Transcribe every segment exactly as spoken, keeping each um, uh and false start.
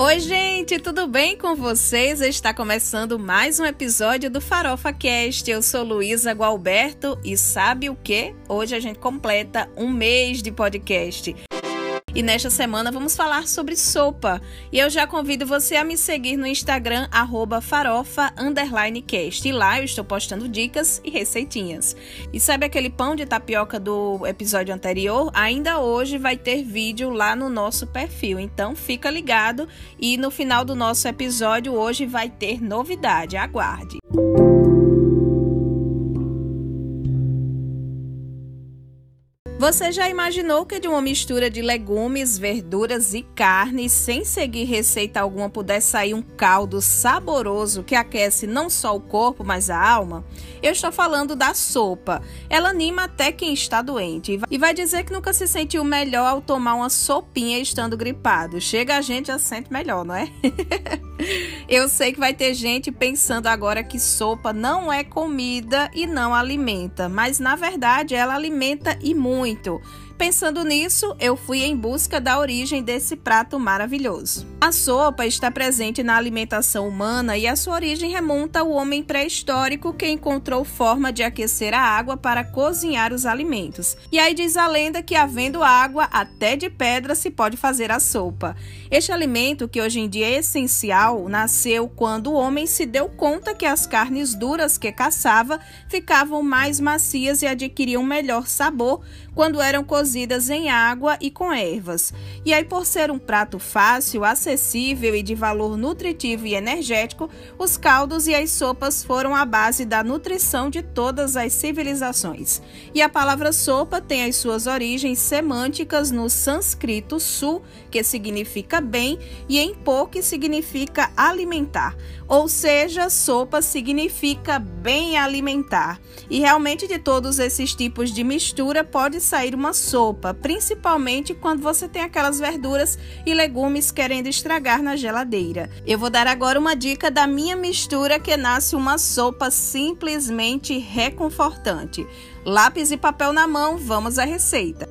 Oi, gente, tudo bem com vocês? Está começando mais um episódio do Farofa Cast. Eu sou Luísa Gualberto e sabe o que? Hoje a gente completa um mês de podcast. E nesta semana vamos falar sobre sopa. E eu já convido você a me seguir no Instagram, arroba farofa underline cast. E lá eu estou postando dicas e receitinhas. E sabe aquele pão de tapioca do episódio anterior? Ainda hoje vai ter vídeo lá no nosso perfil. Então fica ligado e no final do nosso episódio hoje vai ter novidade. Aguarde! Você já imaginou que de uma mistura de legumes, verduras e carnes, sem seguir receita alguma, pudesse sair um caldo saboroso que aquece não só o corpo, mas a alma? Eu estou falando da sopa. Ela anima até quem está doente e vai dizer que nunca se sentiu melhor ao tomar uma sopinha estando gripado. Chega a gente já se sente melhor, não é? Eu sei que vai ter gente pensando agora que sopa não é comida e não alimenta, mas na verdade ela alimenta e muito. Pensando nisso, eu fui em busca da origem desse prato maravilhoso. A sopa está presente na alimentação humana e a sua origem remonta ao homem pré-histórico que encontrou forma de aquecer a água para cozinhar os alimentos. E aí diz a lenda que, havendo água, até de pedra se pode fazer a sopa. Este alimento, que hoje em dia é essencial, nasceu quando o homem se deu conta que as carnes duras que caçava ficavam mais macias e adquiriam melhor sabor quando eram cozidas em água e com ervas. E aí, por ser um prato fácil, acessível e de valor nutritivo e energético, os caldos e as sopas foram a base da nutrição de todas as civilizações. E a palavra sopa tem as suas origens semânticas no sânscrito su, que significa bem, e em po, que significa alimentar. Ou seja, sopa significa bem alimentar. E realmente de todos esses tipos de mistura pode sair uma sopa, principalmente quando você tem aquelas verduras e legumes querendo estragar na geladeira. Eu vou dar agora uma dica da minha mistura que nasce uma sopa simplesmente reconfortante. Lápis e papel na mão, vamos à receita.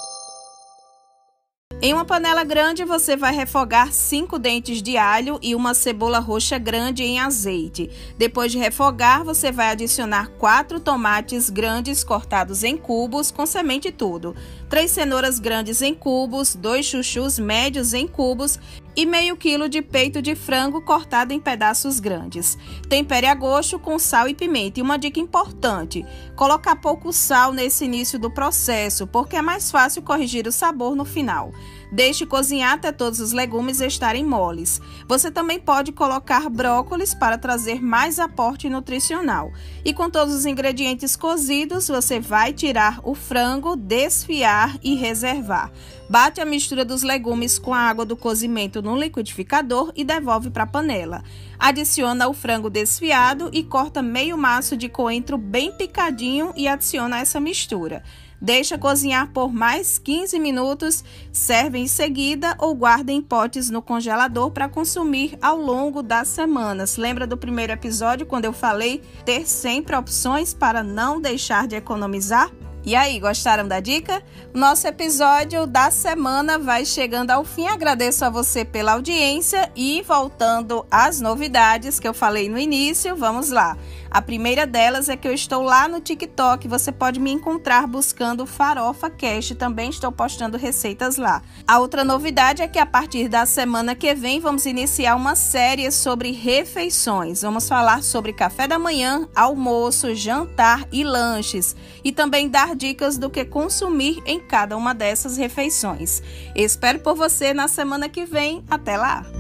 Em uma panela grande, você vai refogar cinco dentes de alho e uma cebola roxa grande em azeite. Depois de refogar, você vai adicionar quatro tomates grandes cortados em cubos, com semente e tudo, três cenouras grandes em cubos, dois chuchus médios em cubos e meio quilo de peito de frango cortado em pedaços grandes. Tempere a gosto com sal e pimenta. E uma dica importante, colocar pouco sal nesse início do processo, porque é mais fácil corrigir o sabor no final. Deixe cozinhar até todos os legumes estarem moles. Você também pode colocar brócolis para trazer mais aporte nutricional. E com todos os ingredientes cozidos, você vai tirar o frango, desfiar e reservar. Bate a mistura dos legumes com a água do cozimento no liquidificador e devolve para a panela. Adiciona o frango desfiado e corta meio maço de coentro bem picadinho e adiciona essa mistura. Deixa cozinhar por mais quinze minutos, serve em seguida ou guarda em potes no congelador para consumir ao longo das semanas. Lembra do primeiro episódio quando eu falei ter sempre opções para não deixar de economizar? E aí, gostaram da dica? Nosso episódio da semana vai chegando ao fim. Agradeço a você pela audiência e voltando às novidades que eu falei no início, vamos lá. A primeira delas é que eu estou lá no TikTok, você pode me encontrar buscando Farofa Cast, também estou postando receitas lá. A outra novidade é que a partir da semana que vem vamos iniciar uma série sobre refeições. Vamos falar sobre café da manhã, almoço, jantar e lanches e também dar dicas do que consumir em cada uma dessas refeições. Espero por você na semana que vem. Até lá!